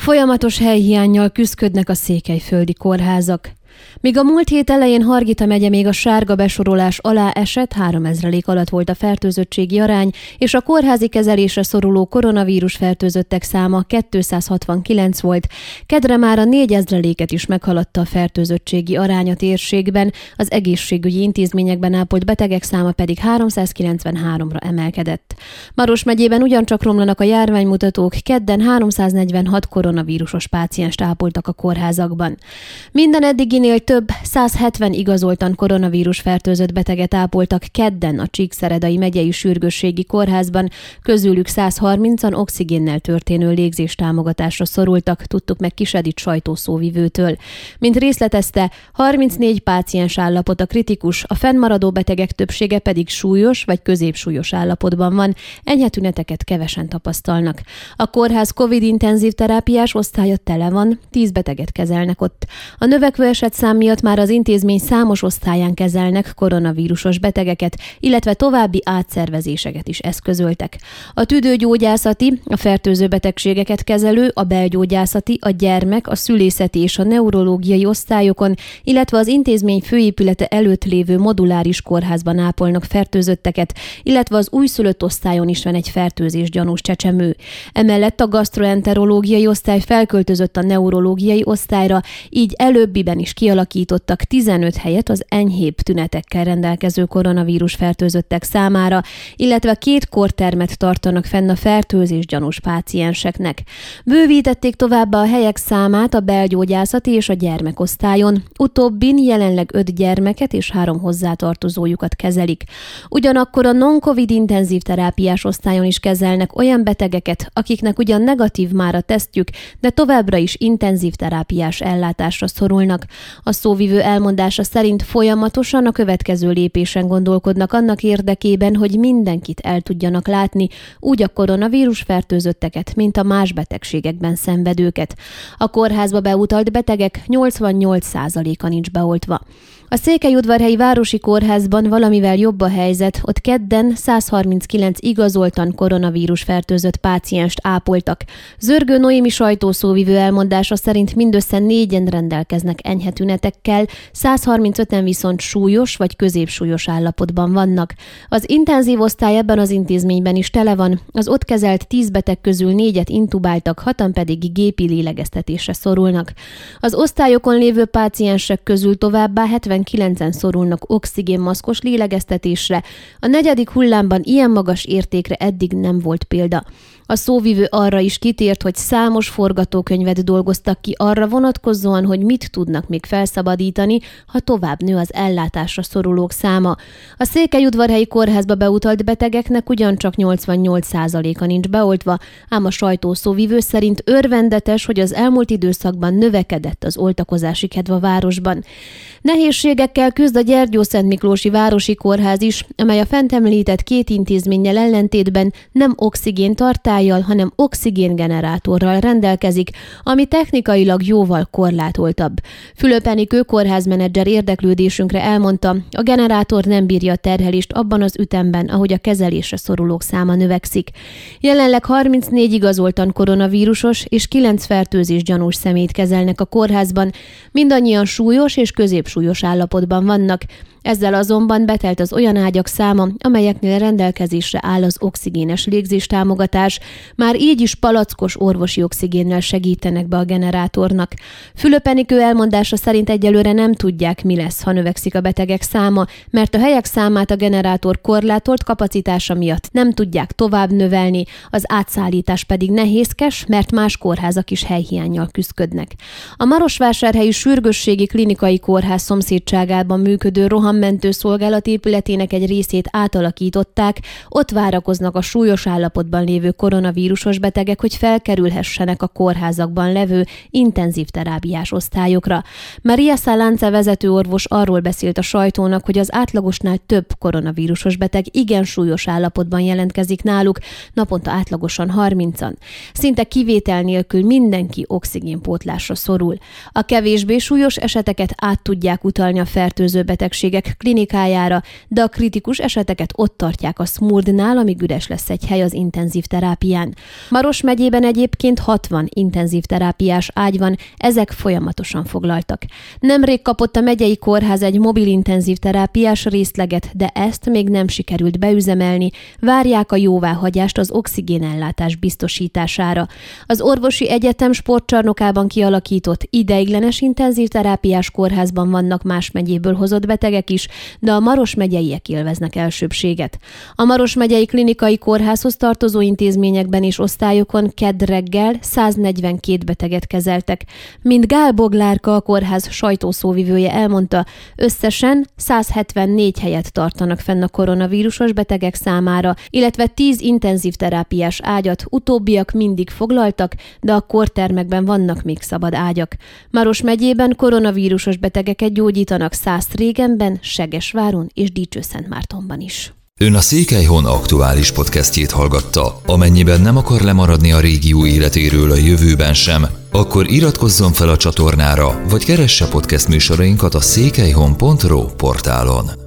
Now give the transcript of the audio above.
Folyamatos helyhiánnyal küszködnek a székelyföldi kórházak. Míg a múlt hét elején Hargita megye még a sárga besorolás alá esett, 3000 alatt volt a fertőzöttségi arány, és a kórházi kezelésre szoruló koronavírus fertőzöttek száma 269 volt. Kedre már a 4000-et is meghaladta a fertőzöttségi arány a térségben, az egészségügyi intézményekben ápolt betegek száma pedig 393-ra emelkedett. Maros megyében ugyancsak romlanak a járványmutatók, kedden 346 koronavírusos pácienst ápoltak a kórházakban. Minden eddiginél több 170 igazoltan koronavírus fertőzött beteget ápoltak kedden a Csíkszeredai megyei sürgősségi kórházban, közülük 130-an oxigénnel történő légzéstámogatásra szorultak, tudtuk meg Kiss Edith sajtószóvivőtől. Mint részletezte, 34 páciens állapota kritikus, a fennmaradó betegek többsége pedig súlyos vagy középsúlyos állapotban van, enyhe tüneteket kevesen tapasztalnak. A kórház COVID-intenzív terápiás osztálya tele van, 10 beteget kezelnek ott. A növekvő esetszám miatt már az intézmény számos osztályán kezelnek koronavírusos betegeket, illetve további átszervezéseket is eszközöltek. A tüdőgyógyászati, a fertőző betegségeket kezelő, a belgyógyászati, a gyermek, a szülészeti és a neurológiai osztályokon, illetve az intézmény főépülete előtt lévő moduláris kórházban ápolnak fertőzötteket, illetve az újszülött osztályon is van egy fertőzésgyanús csecsemő. Emellett a gasztroenterológiai osztály felköltözött a neurológiai osztályra, így előbbiben is kialakítottak 15 helyet az enyhébb tünetekkel rendelkező koronavírus fertőzöttek számára, illetve 2 kórtermet tartanak fenn a fertőzésgyanús pácienseknek. Bővítették továbbá a helyek számát a belgyógyászati és a gyermekosztályon. Utóbbin jelenleg 5 gyermeket és 3 hozzátartozójukat kezelik. Ugyanakkor a non-covid intenzív terápiás osztályon is kezelnek olyan betegeket, akiknek ugyan negatív már a tesztjük, de továbbra is intenzív terápiás ellátásra szorulnak. A szóvivő elmondása szerint folyamatosan a következő lépésen gondolkodnak annak érdekében, hogy mindenkit el tudjanak látni, úgy a koronavírus fertőzötteket, mint a más betegségekben szenvedőket. A kórházba beutalt betegek 88%-a nincs beoltva. A Székelyudvarhelyi Városi Kórházban valamivel jobb a helyzet, ott kedden 139 igazoltan koronavírus fertőzött pácienst ápoltak. Zörgő Noémi sajtószóvivő elmondása szerint mindössze 4-en rendelkeznek enyhe tünetekkel, 135-en viszont súlyos vagy középsúlyos állapotban vannak. Az intenzív osztály ebben az intézményben is tele van, az ott kezelt 10 beteg közül 4-et intubáltak, 6-an pedig gépi lélegeztetésre szorulnak. Az osztályokon lévő páciensek közül továbbá 79-en szorulnak oxigénmaszkos lélegeztetésre. A 4. hullámban ilyen magas értékre eddig nem volt példa. A szóvivő arra is kitért, hogy számos forgatókönyvet dolgoztak ki arra vonatkozóan, hogy mit tudnak még felszabadítani, ha tovább nő az ellátásra szorulók száma. A Székelyudvarhelyi Kórházba beutalt betegeknek ugyancsak 88%-a nincs beoltva, ám a sajtószóvivő szerint örvendetes, hogy az elmúlt időszakban növekedett az oltakozási kedv a városban. Nehézségekkel küzd a Gyergyószentmiklósi Városi Kórház is, amely a fent említett 2 intézménnyel ellentétben nem oxigéntartállyal, hanem oxigéngenerátorral rendelkezik, ami technikailag jóval korlátoltabb. Fülöp Enikő kórházmenedzser érdeklődésünkre elmondta, a generátor nem bírja a terhelést abban az ütemben, ahogy a kezelésre szorulók száma növekszik. Jelenleg 34 igazoltan koronavírusos és 9 fertőzésgyanús személyt kezelnek a kórházban, mindannyian súlyos és középsúlyos állapotban vannak. Ezzel azonban betelt az olyan ágyak száma, amelyeknél rendelkezésre áll az oxigénes légzéstámogatás, már így is palackos orvosi oxigénnel segítenek be a generátornak. Fülöp Enikő elmondása szerint egyelőre nem tudják, mi lesz, ha növekszik a betegek száma, mert a helyek számát a generátor korlátolt kapacitása miatt nem tudják tovább növelni, az átszállítás pedig nehézkes, mert más kórházak is helyhiánnyal küszködnek. A Marosvásárhelyi Sürgősségi Klinikai Kórház szomszédságában működő rohammentő szolgálat épületének egy részét átalakították, ott várakoznak a súlyos állapotban lévő koronavírusos betegek, hogy felkerülhessenek a kórházakban levő intenzív terápiás osztályokra. Maria Szalánce vezetőorvos arról beszélt a sajtónak, hogy az átlagosnál több koronavírusos beteg igen súlyos állapotban jelentkezik náluk, naponta átlagosan 30-an. Szinte kivétel nélkül mindenki oxigénpótlásra szorul. A kevésbé súlyos eseteket át tudják utalni a fertőző betegségek betegek klinikájára, de a kritikus eseteket ott tartják a Smurdnál, amíg üres lesz egy hely az intenzív terápián. Maros megyében egyébként 60 intenzív terápiás ágy van, ezek folyamatosan foglaltak. Nemrég kapott a megyei kórház egy mobil intenzív terápiás részleget, de ezt még nem sikerült beüzemelni, várják a jóváhagyást az oxigénellátás biztosítására. Az Orvosi Egyetem sportcsarnokában kialakított ideiglenes intenzív terápiás kórházban vannak más megyéből hozott betegek is, de a Maros megyeiek élveznek elsőbbséget. A Maros megyei klinikai kórházhoz tartozó intézményekben és osztályokon kedd reggel 142 beteget kezeltek. Mint Gál Boglárka, a kórház sajtószóvivője elmondta, összesen 174 helyet tartanak fenn a koronavírusos betegek számára, illetve 10 intenzív terápiás ágyat, utóbbiak mindig foglaltak, de a kórtermekben vannak még szabad ágyak. Maros megyében koronavírusos betegeket gyógyítanak Szásztrégenben, Segesváron és Dicsőszentmártonban is. Ön a Székelyhon aktuális podcastjét hallgatta. Amennyiben nem akar lemaradni a régió életéről a jövőben sem, akkor iratkozzon fel a csatornára, vagy keresse podcast műsorainkat a székelyhon.ro portálon.